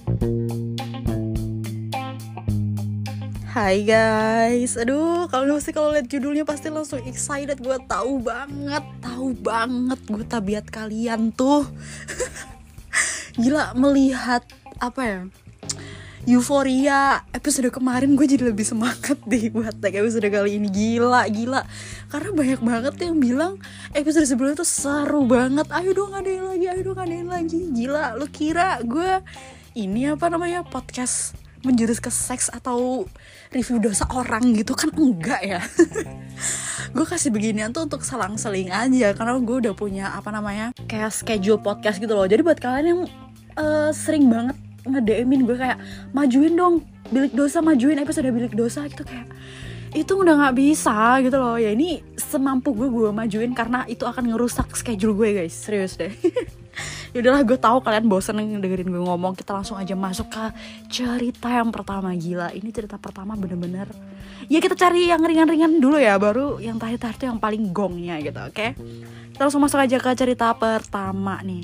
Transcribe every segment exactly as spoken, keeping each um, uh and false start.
Hai guys, aduh kalau pasti kalau lihat judulnya pasti langsung excited. Gue tahu banget, tahu banget gue tabiat kalian tuh. Gila melihat apa ya, euforia episode kemarin, gue jadi lebih semangat deh buat tag episode kali ini. Gila, gila. Karena banyak banget yang bilang episode sebelumnya tuh seru banget. Ayo dong adain lagi, ayo dong adain lagi. Gila, lu kira gue ini apa namanya, podcast menjurus ke seks atau review dosa orang gitu kan? Enggak ya. Gue kasih beginian tuh untuk selang-seling aja, karena gue udah punya apa namanya, kayak schedule podcast gitu loh. Jadi buat kalian yang uh, sering banget nge-D M-in gue kayak, majuin dong bilik dosa, majuin episode bilik dosa gitu, kayak itu udah nggak bisa gitu loh. Ya ini semampu gue gue majuin karena itu akan ngerusak schedule gue guys, serius deh. Yaudahlah, gue tahu kalian bosen dengerin gue ngomong. Kita langsung aja masuk ke cerita yang pertama. Gila, ini cerita pertama bener-bener, ya kita cari yang ringan-ringan dulu ya, baru yang terakhir-terakhir tuh yang paling gongnya gitu. Oke, kita langsung masuk aja ke cerita pertama nih.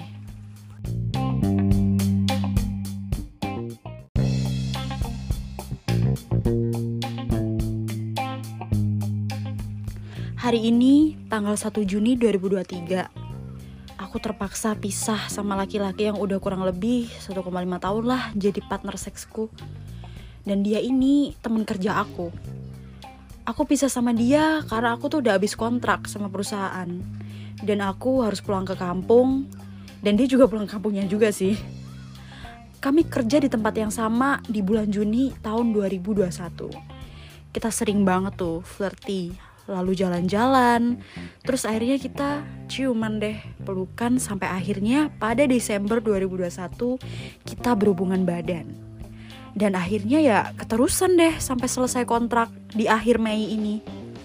Hari ini tanggal satu Juni dua ribu dua puluh tiga, aku terpaksa pisah sama laki-laki yang udah kurang lebih satu koma lima tahun lah jadi partner seksku. Dan dia ini teman kerja aku. Aku pisah sama dia karena aku tuh udah habis kontrak sama perusahaan, dan aku harus pulang ke kampung, dan dia juga pulang ke kampungnya juga sih. Kami kerja di tempat yang sama di bulan Juni tahun dua ribu dua puluh satu. Kita sering banget tuh flirty, lalu jalan-jalan, terus akhirnya kita ciuman deh, pelukan, sampai akhirnya pada Desember dua ribu dua puluh satu kita berhubungan badan. Dan akhirnya ya keterusan deh sampai selesai kontrak di akhir Mei ini.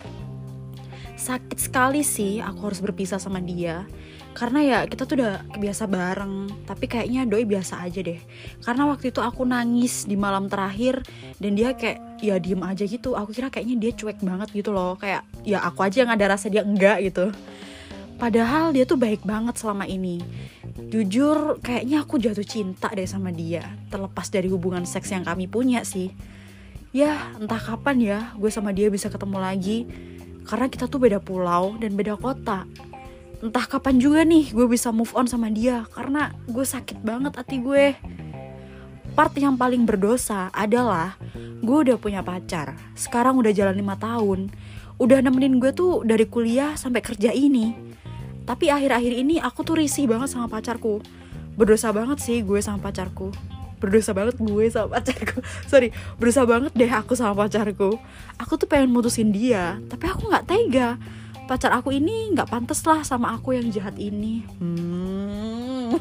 Sakit sekali sih aku harus berpisah sama dia, karena ya kita tuh udah kebiasa bareng. Tapi kayaknya doi biasa aja deh, karena waktu itu aku nangis di malam terakhir dan dia kayak ya diem aja gitu. Aku kira kayaknya dia cuek banget gitu loh, kayak ya aku aja yang ada rasa dia enggak gitu. Padahal dia tuh baik banget selama ini. Jujur kayaknya aku jatuh cinta deh sama dia, terlepas dari hubungan seks yang kami punya sih. Ya entah kapan ya gue sama dia bisa ketemu lagi, karena kita tuh beda pulau dan beda kota. Entah kapan juga nih gue bisa move on sama dia, karena gue sakit banget hati gue. Part yang paling berdosa adalah gue udah punya pacar, sekarang udah jalan lima tahun, udah nemenin gue tuh dari kuliah sampai kerja ini. Tapi akhir-akhir ini aku tuh risih banget sama pacarku. Berdosa banget sih gue sama pacarku. Berdosa banget gue sama pacarku. Sorry, berdosa banget deh aku sama pacarku. Aku tuh pengen mutusin dia, tapi aku gak tega. Pacar aku ini gak pantas lah sama aku yang jahat ini. Hmm.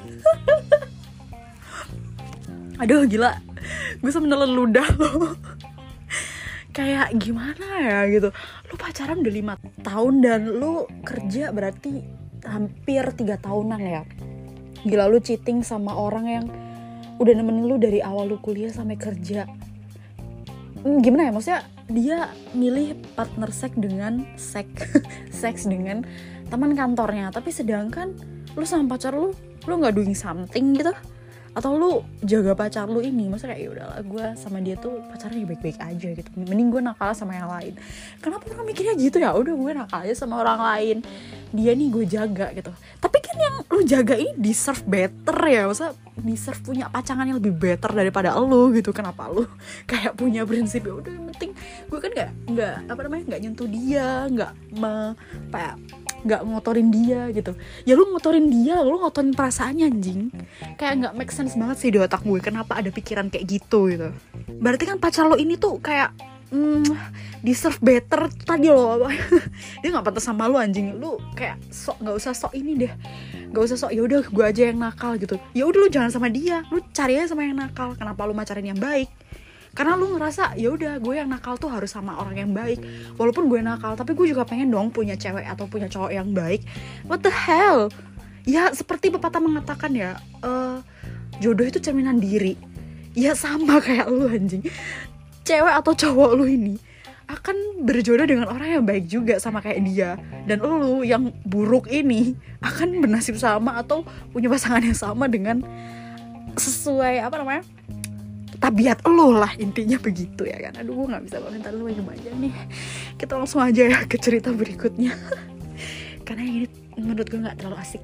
Aduh gila, gue sebenernya ludah loh. Kayak gimana ya gitu, lu pacaran udah lima tahun dan lu kerja berarti hampir tiga tahunan ya. Gila, lu cheating sama orang yang udah nemenin lu dari awal lu kuliah sampai kerja. hmm, Gimana ya, maksudnya dia milih partner seks dengan seks seks dengan teman kantornya, tapi sedangkan lu sama pacar lu, lu gak doing something gitu. Atau lu jaga pacar lu ini, maksudnya kayak ya udahlah gue sama dia tuh pacarnya baik-baik aja gitu, mending gue nakal sama yang lain. Kenapa orang mikirnya gitu ya, udah gue nakal aja sama orang lain, dia nih gue jaga gitu. Tapi kan yang lu jaga ini deserve better ya, maksudnya deserve punya pacangan yang lebih better daripada lu gitu. Kenapa lu kayak punya prinsip ya udah yang penting gue kan nggak nggak apa namanya nggak nyentuh dia, nggak me kayak nggak ngotorin dia gitu. Ya lu ngotorin dia, lu ngotorin perasaannya anjing. Kayak nggak make sense banget sih di otak gue, kenapa ada pikiran kayak gitu gitu. Berarti kan pacar lo ini tuh kayak hmm, deserve better tadi lo. Dia nggak pantas sama lu anjing. Lu kayak sok, nggak usah sok ini deh, nggak usah sok ya udah gue aja yang nakal gitu. Ya udah lu jangan sama dia, lu cari aja sama yang nakal. Kenapa lu macarin yang baik? Karena lu ngerasa ya udah gue yang nakal tuh harus sama orang yang baik. Walaupun gue nakal, tapi gue juga pengen dong punya cewek atau punya cowok yang baik. What the hell? Ya seperti pepatah mengatakan ya, uh, jodoh itu cerminan diri. Ya sama kayak lu anjing. Cewek atau cowok lu ini akan berjodoh dengan orang yang baik juga sama kayak dia. Dan lu yang buruk ini akan bernasib sama atau punya pasangan yang sama dengan sesuai apa namanya, tabiat lo lah, intinya begitu ya kan. Aduh, gue nggak bisa komentar lu aja nih. Kita langsung aja ya ke cerita berikutnya. Karena yang ini menurut gue nggak terlalu asik.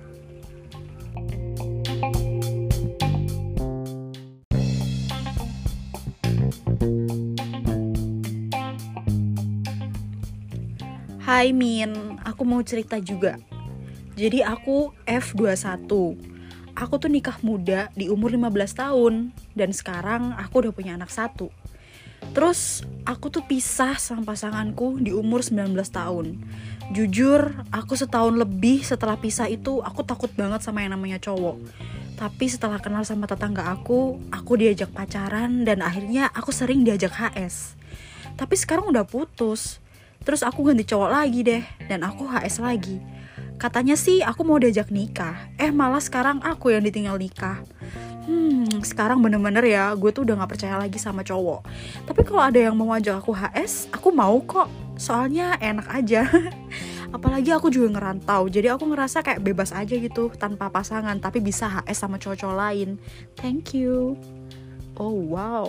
Hai Min, aku mau cerita juga. Jadi aku F dua puluh satu. Aku tuh nikah muda di umur lima belas tahun. Dan sekarang aku udah punya anak satu. Terus aku tuh pisah sama pasanganku di umur sembilan belas tahun. Jujur, aku setahun lebih setelah pisah itu aku takut banget sama yang namanya cowok. Tapi setelah kenal sama tetangga aku, aku diajak pacaran dan akhirnya aku sering diajak H S. Tapi sekarang udah putus. Terus aku ganti cowok lagi deh, dan aku H S lagi. Katanya sih aku mau diajak nikah, eh malah sekarang aku yang ditinggal nikah. Hmm, sekarang bener-bener ya, gue tuh udah gak percaya lagi sama cowok. Tapi kalau ada yang mau ajak aku H S, aku mau kok. Soalnya enak aja. Apalagi aku juga ngerantau, jadi aku ngerasa kayak bebas aja gitu, tanpa pasangan, tapi bisa H S sama cowok-cowok lain. Thank you. Oh wow.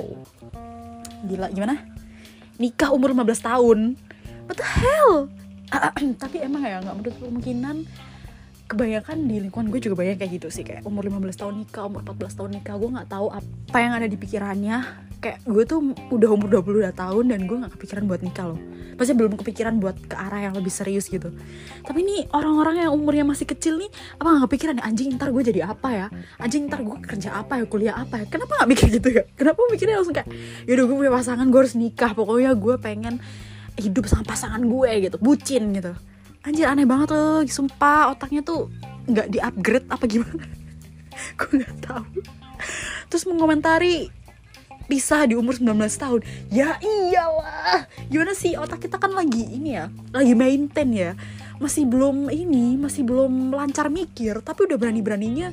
Gila, gimana? Nikah umur lima belas tahun. What the hell? Tapi emang ya gak menurut kemungkinan. Kebanyakan di lingkungan gue juga banyak kayak gitu sih. Kayak umur lima belas tahun nikah, umur empat belas tahun nikah. Gue gak tahu apa yang ada di pikirannya. Kayak gue tuh udah umur dua puluh dua tahun dan gue gak kepikiran buat nikah loh. Pasti belum kepikiran buat ke arah yang lebih serius gitu. Tapi nih orang-orang yang umurnya masih kecil nih, apa gak kepikiran ya, anjing ntar gue jadi apa ya, anjing ntar gue kerja apa ya, kuliah apa ya. Kenapa gak mikir gitu ya? Kenapa mikirnya langsung kayak yaudah gue punya pasangan, gue harus nikah. Pokoknya gue pengen hidup sama pasangan gue gitu, bucin gitu. Anjir, aneh banget loh, sumpah otaknya tuh nggak di upgrade apa gimana. Gue nggak tahu. Terus mengomentari pisah di umur sembilan belas tahun, ya iyalah, gimana sih, otak kita kan lagi ini ya, lagi maintain ya, masih belum ini, masih belum lancar mikir, tapi udah berani-beraninya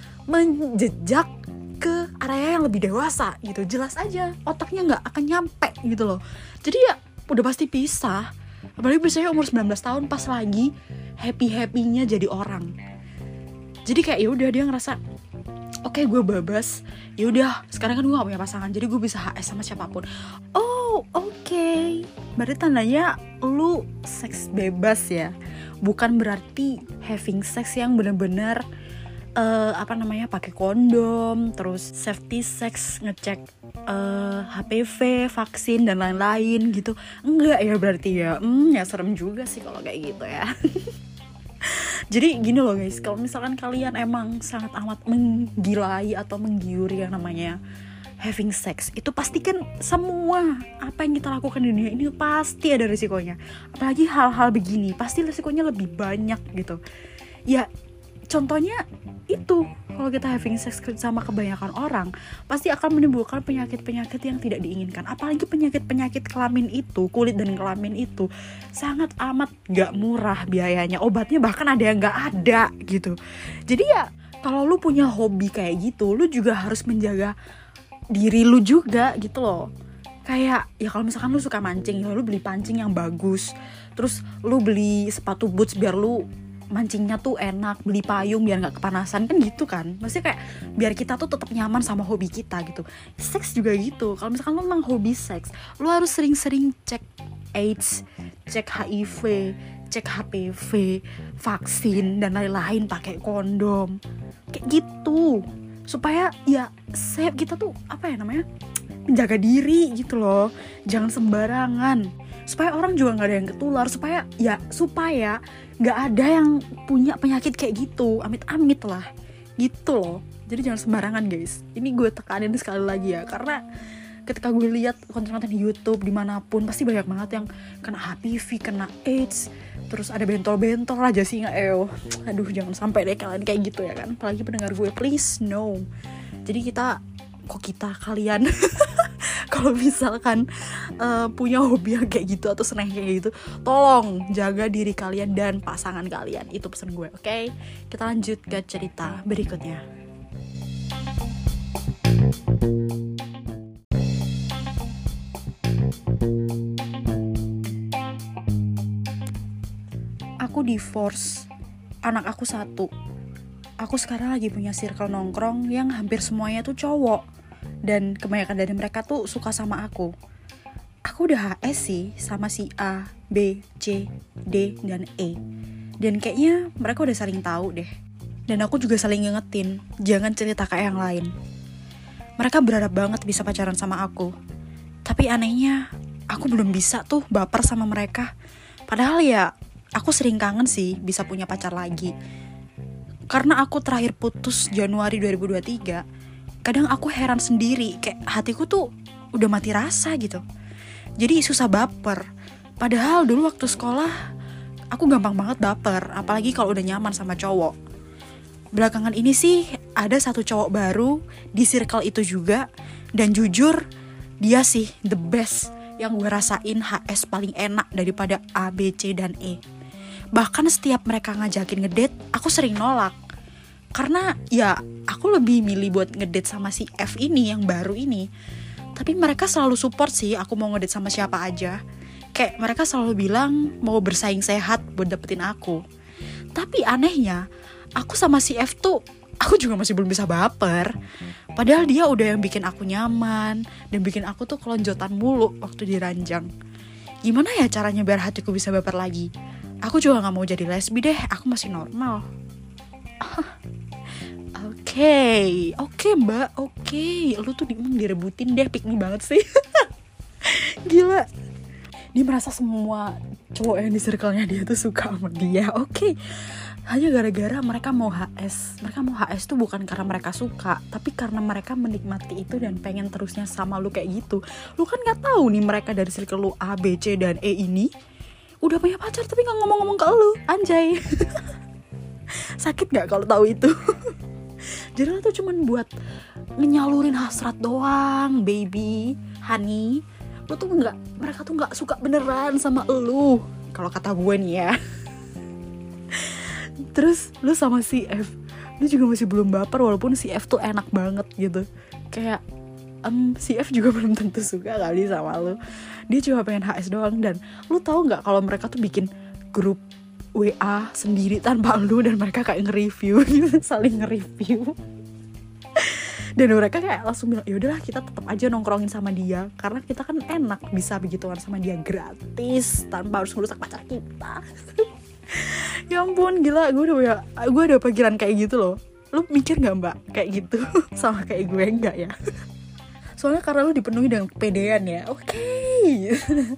menjejak ke area yang lebih dewasa gitu. Jelas aja otaknya nggak akan nyampe gitu loh. Jadi ya udah pasti pisah. Apalagi biasanya umur sembilan belas tahun pas lagi happy-happynya jadi orang. Jadi kayak ya udah dia ngerasa oke okay, gue bebas. Ya udah, sekarang kan gue gak punya pasangan, jadi gue bisa H S sama siapapun. Oh, oke. Okay. Berarti tandanya lu seks bebas ya. Bukan berarti having sex yang bener-bener uh, apa namanya, pakai kondom, terus safety sex, ngecek Uh, H P V, vaksin dan lain-lain gitu. Enggak ya berarti ya. Hmm, ya serem juga sih kalau kayak gitu ya. Jadi gini loh guys, kalau misalkan kalian emang sangat amat menggilai atau menggiuri yang namanya having sex, itu pasti kan semua apa yang kita lakukan di dunia ini pasti ada risikonya. Apalagi hal-hal begini, pasti risikonya lebih banyak gitu. Ya contohnya itu, kalau kita having sex sama kebanyakan orang, pasti akan menimbulkan penyakit-penyakit yang tidak diinginkan. Apalagi penyakit-penyakit kelamin itu, kulit dan kelamin itu sangat amat gak murah biayanya. Obatnya bahkan ada yang gak ada gitu. Jadi ya kalau lu punya hobi kayak gitu, lu juga harus menjaga diri lu juga gitu loh. Kayak ya kalau misalkan lu suka mancing, ya lu beli pancing yang bagus. Terus lu beli sepatu boots biar lu mancingnya tuh enak, beli payung biar nggak kepanasan, kan gitu kan. Maksudnya kayak biar kita tuh tetap nyaman sama hobi kita gitu. Seks juga gitu. Kalau misalkan lo memang hobi seks, lo harus sering-sering cek AIDS, cek H I V, cek H P V, vaksin dan lain-lain, pakai kondom, kayak gitu. Supaya ya safe, kita tuh apa ya namanya, menjaga diri gitu loh. Jangan sembarangan. Supaya orang juga nggak ada yang ketular, supaya ya supaya nggak ada yang punya penyakit kayak gitu, amit-amit lah gitu loh. Jadi jangan sembarangan guys. Ini gue tekanin sekali lagi ya, karena ketika gue lihat konten-konten di YouTube dimanapun pasti banyak banget yang kena H P V, kena AIDS, terus ada bentol-bentol aja sih nggak eo. Aduh, jangan sampai deh kalian kayak gitu ya kan. Apalagi pendengar gue, please no. Jadi kita kok kita kalian kalau misalkan uh, punya hobi yang kayak gitu atau seneng kayak gitu, tolong jaga diri kalian dan pasangan kalian. Itu pesan gue, oke? Okay? Kita lanjut ke cerita berikutnya. Aku divorce, anak aku satu. Aku sekarang lagi punya circle nongkrong yang hampir semuanya tuh cowok. Dan kebanyakan dari mereka tuh suka sama aku. Aku udah H S sih sama si A, B, C, D, dan E. Dan kayaknya mereka udah saling tahu deh. Dan aku juga saling ngingetin, jangan cerita ke yang lain. Mereka berharap banget bisa pacaran sama aku. Tapi anehnya, aku belum bisa tuh baper sama mereka. Padahal ya, aku sering kangen sih bisa punya pacar lagi. Karena aku terakhir putus Januari dua ribu dua puluh tiga, kadang aku heran sendiri, kayak hatiku tuh udah mati rasa gitu. Jadi susah baper. Padahal dulu waktu sekolah, aku gampang banget baper, apalagi kalau udah nyaman sama cowok. Belakangan ini sih ada satu cowok baru di circle itu juga. Dan jujur dia sih the best yang gue rasain H S paling enak daripada A, B, C, dan E. Bahkan setiap mereka ngajakin ngedate, aku sering nolak. Karena ya aku lebih milih buat ngedate sama si F ini yang baru ini. Tapi mereka selalu support sih aku mau ngedate sama siapa aja. Kayak mereka selalu bilang mau bersaing sehat buat dapetin aku. Tapi anehnya, aku sama si F tuh, aku juga masih belum bisa baper. Padahal dia udah yang bikin aku nyaman dan bikin aku tuh kelonjotan mulu waktu di ranjang. Gimana ya caranya biar hatiku bisa baper lagi? Aku juga gak mau jadi lesbi deh, aku masih normal. Oke, oke mbak, oke. Lu tuh emang direbutin deh, pick me banget sih. Gila. Dia merasa semua cowok yang di circle-nya dia tuh suka sama dia. Oke. Hanya gara-gara mereka mau H S. Mereka mau H S tuh bukan karena mereka suka, tapi karena mereka menikmati itu dan pengen terusnya sama lu kayak gitu. Lu kan gak tahu nih mereka dari circle lu A, B, C, dan E ini udah punya pacar tapi gak ngomong-ngomong ke lu. Anjay. Sakit gak kalau tahu itu? Jadi lu tuh cuman buat nyalurin hasrat doang, baby, honey. Lu tuh nggak, mereka tuh nggak suka beneran sama lu. Kalau kata gue nih ya. Terus lu sama si F, lu juga masih belum baper walaupun si F tuh enak banget gitu. Kayak um, si F juga belum tentu suka kali sama lu. Dia cuma pengen H S doang. Dan lu tahu nggak kalau mereka tuh bikin grup W A sendiri tanpa lu dan mereka kayak nge-review gitu, saling nge-review. Dan mereka kayak langsung bilang, yaudahlah kita tetap aja nongkrongin sama dia karena kita kan enak bisa begituan sama dia gratis tanpa harus ngerusak pacar kita. Ya ampun, gila, gue udah gue ada pikiran kayak gitu loh. Lu mikir nggak mbak kayak gitu sama kayak gue nggak ya? Soalnya karena lu dipenuhi dengan kepedean ya. Oke. Okay.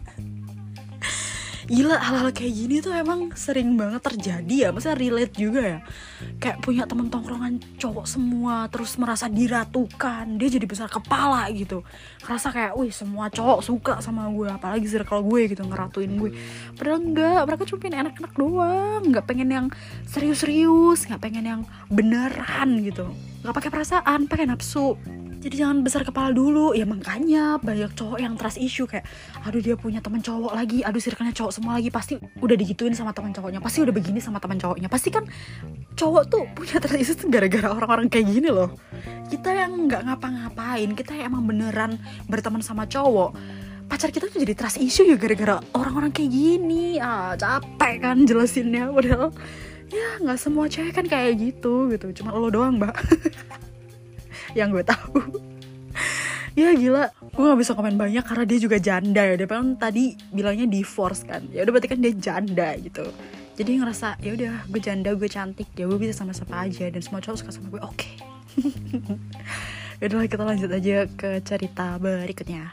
Gila, hal-hal kayak gini tuh emang sering banget terjadi ya. Maksudnya relate juga ya. Kayak punya temen tongkrongan cowok semua, terus merasa diratukan, dia jadi besar kepala gitu. Ngerasa kayak, wih semua cowok suka sama gue, apalagi circle gue gitu, ngeratuin gue. Padahal enggak, mereka cuma pengen enak-enak doang. Gak pengen yang serius-serius, gak pengen yang beneran gitu. Gak pakai perasaan, pakai nafsu. Jadi jangan besar kepala dulu. Ya makanya banyak cowok yang trust issue kayak, aduh dia punya teman cowok lagi, aduh circle-nya cowok semua lagi, pasti udah digituin sama teman cowoknya, pasti udah begini sama teman cowoknya. Pasti kan cowok tuh punya trust issue tuh gara-gara orang-orang kayak gini loh. Kita yang nggak ngapa-ngapain, kita yang emang beneran berteman sama cowok, pacar kita tuh jadi trust issue ya gara-gara orang-orang kayak gini. Ah capek kan jelasinnya. Padahal ya nggak semua cewek kan kayak gitu gitu, cuma lo doang mbak. Yang gue tahu. Ya gila, gue gak bisa komen banyak karena dia juga janda ya. Dia kan tadi bilangnya divorce kan. Ya udah berarti kan dia janda gitu. Jadi ngerasa ya udah gue janda, gue cantik, ya gue bisa sama siapa aja dan semua cowok suka sama gue. Oke. Okay. Ya udah kita lanjut aja ke cerita berikutnya.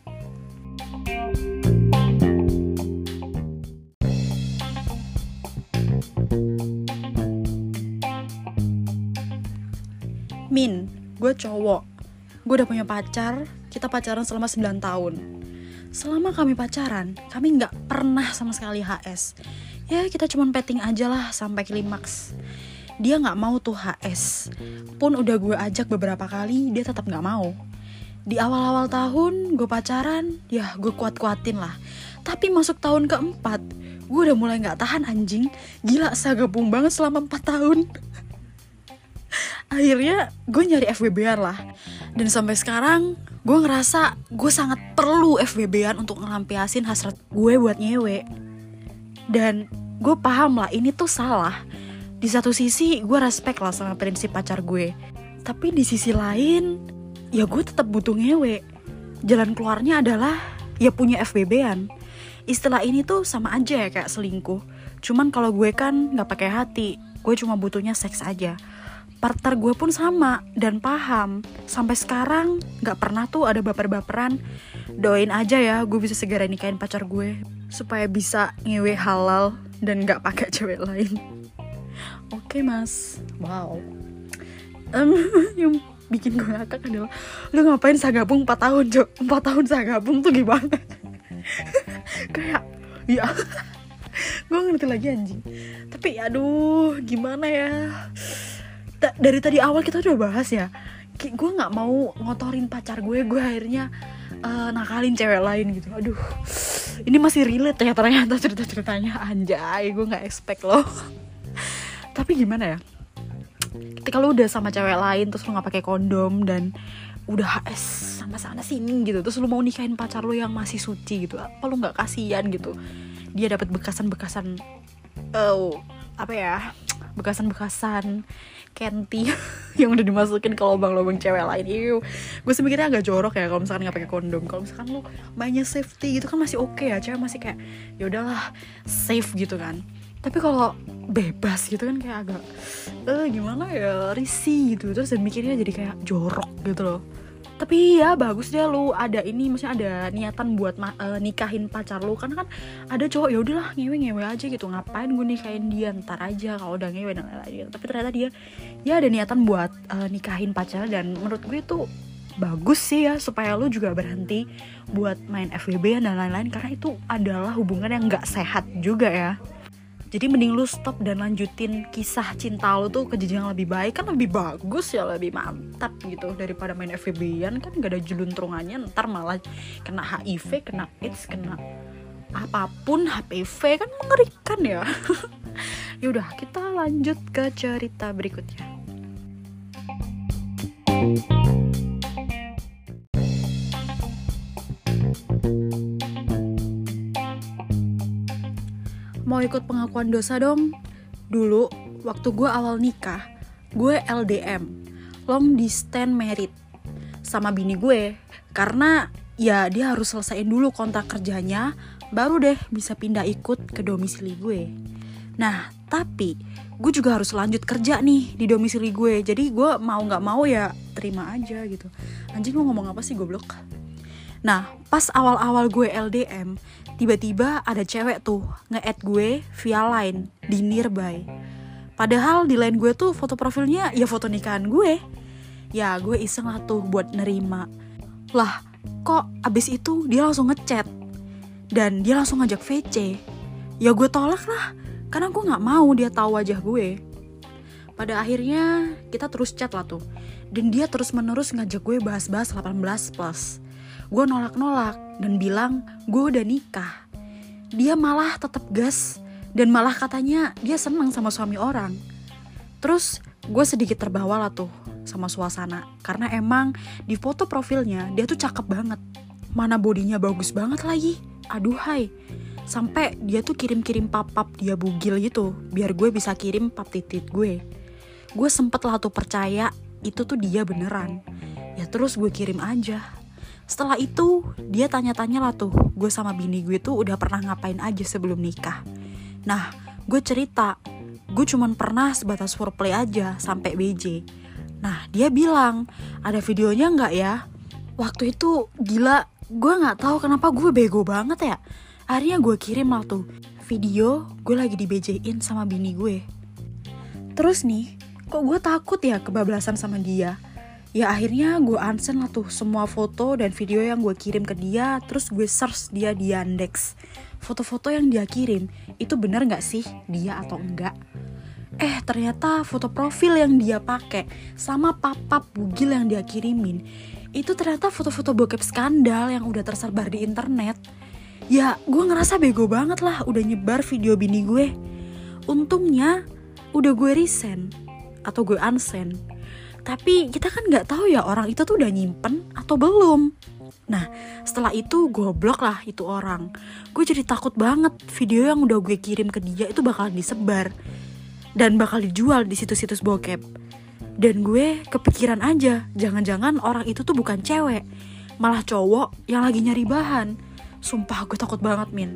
Min, gue cowok, gue udah punya pacar, kita pacaran selama sembilan tahun. Selama kami pacaran, kami gak pernah sama sekali H S. Ya kita cuman petting aja lah sampai klimaks. Dia gak mau tuh H S. Pun udah gue ajak beberapa kali, dia tetap gak mau. Di awal-awal tahun gue pacaran, ya gue kuat-kuatin lah. Tapi masuk tahun keempat, gue udah mulai gak tahan anjing. Gila, sagabung banget selama empat tahun. Akhirnya gue nyari F W B-an lah. Dan sampai sekarang gue ngerasa gue sangat perlu F W B-an untuk ngelampiasin hasrat gue buat nyewe. Dan gue paham lah ini tuh salah. Di satu sisi gue respect lah sama prinsip pacar gue. Tapi di sisi lain ya gue tetap butuh ngewe. Jalan keluarnya adalah ya punya F B B-an. Istilah ini tuh sama aja ya kayak selingkuh. Cuman kalau gue kan gak pakai hati, gue cuma butuhnya seks aja. Partner gue pun sama dan paham. Sampai sekarang gak pernah tuh ada baper-baperan. Doain aja ya gue bisa segera nikahin pacar gue supaya bisa ngewe halal dan gak pakai cewek lain. Oke mas. Wow. um, Yang bikin gue ngakak adalah, lu ngapain sagabung empat tahun Jo? empat tahun sagabung tuh gimana? Kayak ya gue ngerti lagi anjing. Tapi aduh gimana ya, Ta- dari tadi awal kita udah bahas ya, gue gak mau ngotorin pacar gue. Gue akhirnya uh, nakalin cewek lain gitu. Aduh, ini masih relate ya ternyata cerita-ceritanya. Anjay, gue gak expect loh. Tapi gimana ya, ketika lu udah sama cewek lain terus lu gak pakai kondom dan udah H S sama sana sini gitu, terus lu mau nikahin pacar lu yang masih suci gitu, apa lu gak kasihan gitu? Dia dapat bekasan-bekasan oh apa ya, bekasan-bekasan kenti yang udah dimasukin ke lubang-lubang cewek lain. Iu, gue sih mikirnya agak jorok ya kalau misalkan nggak pakai kondom. Kalau misalkan lu mainnya safety gitu kan masih oke okay ya, cewek masih kayak ya udahlah safe gitu kan. Tapi kalau bebas gitu kan kayak agak eh gimana ya, risih gitu. Terus dan mikirnya jadi kayak jorok gitu loh. Tapi ya bagus deh lu ada ini, maksudnya ada niatan buat ma- uh, nikahin pacar lu. Karena kan ada cowok ya udahlah ngewe-ngewe aja gitu, ngapain gue nikahin dia, ntar aja kalau udah ngewe dan lain-lain. Tapi ternyata dia ya ada niatan buat uh, nikahin pacar. Dan menurut gue itu bagus sih ya, supaya lu juga berhenti buat main F W B dan lain-lain, karena itu adalah hubungan yang gak sehat juga ya. Jadi mending lu stop dan lanjutin kisah cinta lu tuh ke jenjang yang lebih baik. Kan lebih bagus ya, lebih mantap gitu, daripada main F W B-an kan gak ada jeluntrungannya, ntar malah kena H I V, kena AIDS, kena apapun, H P V, kan mengerikan ya. Yaudah, kita lanjut ke cerita berikutnya. Mau ikut pengakuan dosa dong? Dulu, waktu gue awal nikah, gue L D M, long distance married, sama bini gue. Karena ya dia harus selesaiin dulu kontrak kerjanya, baru deh bisa pindah ikut ke domisili gue. Nah, tapi gue juga harus lanjut kerja nih di domisili gue. Jadi gue mau gak mau ya terima aja gitu. Anjing, lu ngomong apa sih goblok? Nah, pas awal-awal gue L D M, tiba-tiba ada cewek tuh nge-add gue via line di Nearby. Padahal di line gue tuh foto profilnya ya foto nikahan gue. Ya gue iseng lah tuh buat nerima. Lah kok abis itu dia langsung ngechat dan dia langsung ngajak V C. Ya gue tolak lah, karena gue gak mau dia tahu wajah gue. Pada akhirnya kita terus chat lah tuh, dan dia terus menerus ngajak gue bahas-bahas delapan belas plus. Gue nolak-nolak dan bilang gue udah nikah. Dia malah tetap gas dan malah katanya dia senang sama suami orang. Terus gue sedikit terbawa lah tuh sama suasana, karena emang di foto profilnya dia tuh cakep banget. Mana bodinya bagus banget lagi. Aduhai. Sampai dia tuh kirim-kirim pap-pap dia bugil gitu, biar gue bisa kirim pap titit gue. Gue sempet lah tuh percaya itu tuh dia beneran. Ya terus gue kirim aja. Setelah itu dia tanya-tanya lah tuh, gue sama bini gue tuh udah pernah ngapain aja sebelum nikah. Nah, gue cerita, gue cuman pernah sebatas foreplay aja sampai B J. Nah, dia bilang, ada videonya nggak ya? Waktu itu gila, gue nggak tahu kenapa gue bego banget ya. Akhirnya gue kirim lah tuh video gue lagi di B J-in sama bini gue. Terus nih, kok gue takut ya kebablasan sama dia. Ya akhirnya gue unsend lah tuh semua foto dan video yang gue kirim ke dia. Terus gue search dia di Yandex. Foto-foto yang dia kirim itu bener gak sih dia atau enggak. Eh ternyata foto profil yang dia pakai sama pap-pap bugil yang dia kirimin itu ternyata foto-foto bokep skandal yang udah tersebar di internet. Ya gue ngerasa bego banget lah udah nyebar video bini gue. Untungnya udah gue resend atau gue unsend. Tapi kita kan gak tahu ya orang itu tuh udah nyimpen atau belum. Nah setelah itu gue blok lah itu orang. Gue jadi takut banget video yang udah gue kirim ke dia itu bakalan disebar dan bakal dijual di situs-situs bokep. Dan gue kepikiran aja, jangan-jangan orang itu tuh bukan cewek, malah cowok yang lagi nyari bahan. Sumpah gue takut banget, Min.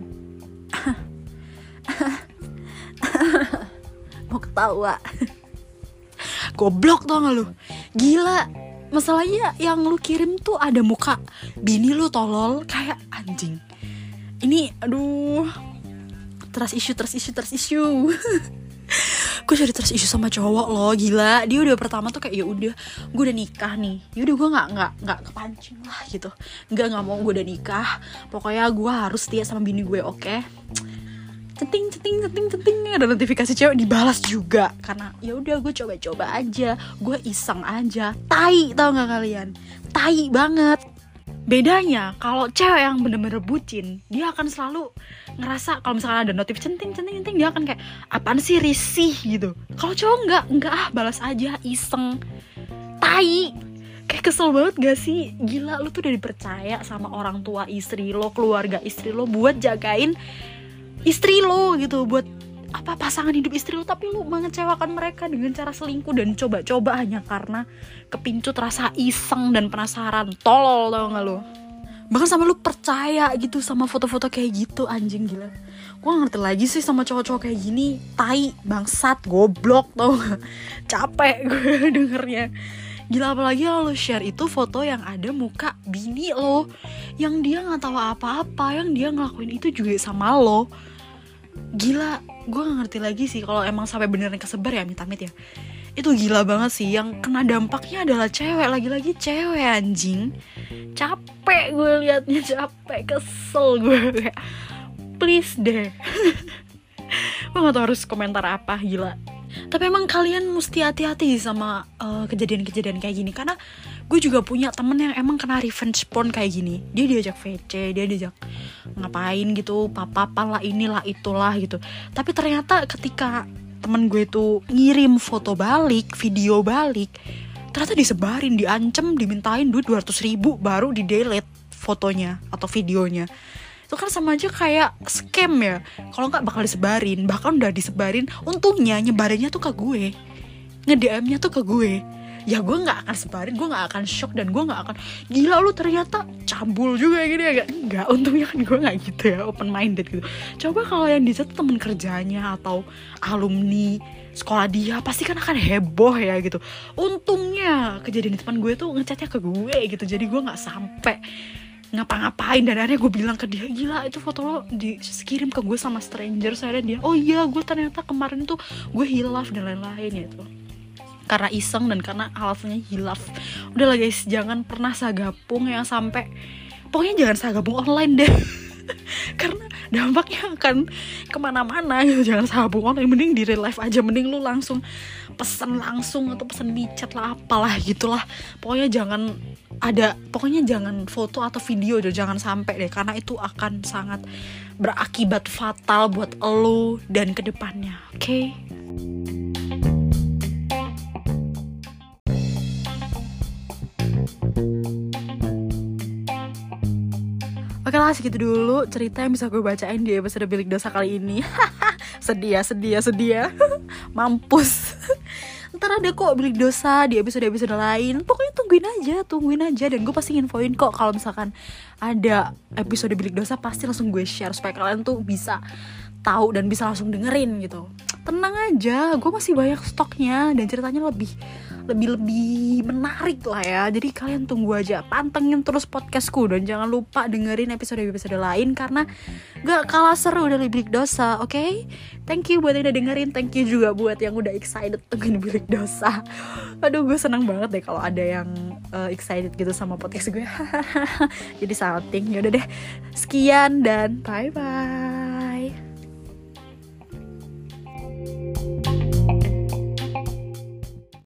Mau ketawa. Goblok tau gak lu? Gila, masalahnya yang lu kirim tuh ada muka bini lu tolol, kayak anjing. Ini aduh, trust issue, trust issue, trust issue. Gue jadi trust issue sama cowok loh, gila. Dia udah pertama tuh kayak ya udah, gue udah nikah nih. Ya udah gue nggak nggak nggak kepancing lah gitu. Nggak nggak mau, gue udah nikah. Pokoknya gue harus setia sama bini gue, oke? Okay? Ceting ceting ceting ceting, ada notifikasi cewek dibalas juga. Karena ya udah gue coba-coba aja, gue iseng aja. Tai tau nggak kalian? Tai banget. Bedanya kalau cewek yang bener-bener bucin, dia akan selalu ngerasa kalau misalkan ada notif centing centing centing, dia akan kayak apaan sih, risih gitu. Kalau cowok enggak, enggak ah, balas aja, iseng. Tai. Kayak kesel banget gak sih? Gila, lu tuh udah dipercaya sama orang tua istri lo, keluarga istri lo buat jagain istri lo gitu, buat apa, pasangan hidup istri lo, tapi lu mengecewakan mereka dengan cara selingkuh dan coba-coba hanya karena kepincut rasa iseng dan penasaran. Tolol tau gak lu? Bahkan sama lu percaya gitu sama foto-foto kayak gitu, anjing, gila. Gue gak ngerti lagi sih sama cowok-cowok kayak gini. Tai, bangsat, goblok tau gak? Capek gue dengernya. Gila, apalagi kalau lo share itu foto yang ada muka bini lo, yang dia gak tahu apa-apa, yang dia ngelakuin itu juga sama lo. Gila, gue gak ngerti lagi sih kalau emang sampai beneran kesebar ya, amit-amit ya. Itu gila banget sih, yang kena dampaknya adalah cewek, lagi-lagi cewek, anjing. Capek gue liatnya, capek, kesel gue. Please deh. Gue gak tau harus komentar apa, gila. Tapi emang kalian mesti hati-hati sama uh, kejadian-kejadian kayak gini. Karena gue juga punya temen yang emang kena revenge porn kayak gini. Dia diajak V C, dia diajak ngapain gitu, papa-papa lah, inilah itulah gitu. Tapi ternyata ketika temen gue tuh ngirim foto balik, video balik, ternyata disebarin, diancem, dimintain duit dua ratus ribu baru di-delete fotonya atau videonya. Itu kan sama aja kayak scam ya. Kalau nggak bakal disebarin, bahkan udah disebarin. Untungnya nyebarinnya tuh ke gue, nge-D M-nya tuh ke gue. Ya gue nggak akan sebarin, gue nggak akan shock, dan gue nggak akan gila lu ternyata cabul juga gini ya. Enggak, untungnya kan gue nggak gitu ya, open minded gitu. Coba kalau yang di chat temen kerjanya atau alumni sekolah dia, pasti kan akan heboh ya gitu. Untungnya kejadian di depan gue tuh ngechatnya ke gue gitu, jadi gue nggak sampai ngapa-ngapain. Dan akhirnya gue bilang ke dia, gila itu foto lo dikirim ke gue sama stranger. Saya dia, oh iya gue ternyata kemarin tuh gue hilaf dan lain-lain gitu, karena iseng dan karena alasannya hilaf. Udah lah guys, jangan pernah sagapung yang sampai, pokoknya jangan sagapung online deh. Karena dampaknya akan kemana-mana gitu. Jangan sagapung online, mending di real life aja. Mending lu langsung pesan langsung atau pesan micet lah, apalah gitulah. Pokoknya jangan ada, pokoknya jangan foto atau video, jangan sampai deh, karena itu akan sangat berakibat fatal buat lo dan kedepannya. Oke? Okay? Oke lah, segitu dulu cerita yang bisa gue bacain di episode Bilik Dosa kali ini. Sedih ya, sedih ya, sedih ya. Mampus. Ntar ada kok Bilik Dosa di episode-episode lain. Pokoknya tungguin aja, tungguin aja. Dan gue pasti infoin kok kalau misalkan ada episode Bilik Dosa, pasti langsung gue share supaya kalian tuh bisa tahu dan bisa langsung dengerin gitu. Tenang aja, gue masih banyak stoknya dan ceritanya lebih lebih lebih menarik lah ya. Jadi kalian tunggu aja, pantengin terus podcastku, dan jangan lupa dengerin episode-episode lain karena gak kalah seru dari Bilik Dosa. Oke, okay? Thank you buat yang udah dengerin, thank you juga buat yang udah excited tungguin Bilik Dosa. Aduh, gue seneng banget deh kalau ada yang uh, excited gitu sama podcast gue. Jadi salting. Yaudah deh, sekian dan bye bye.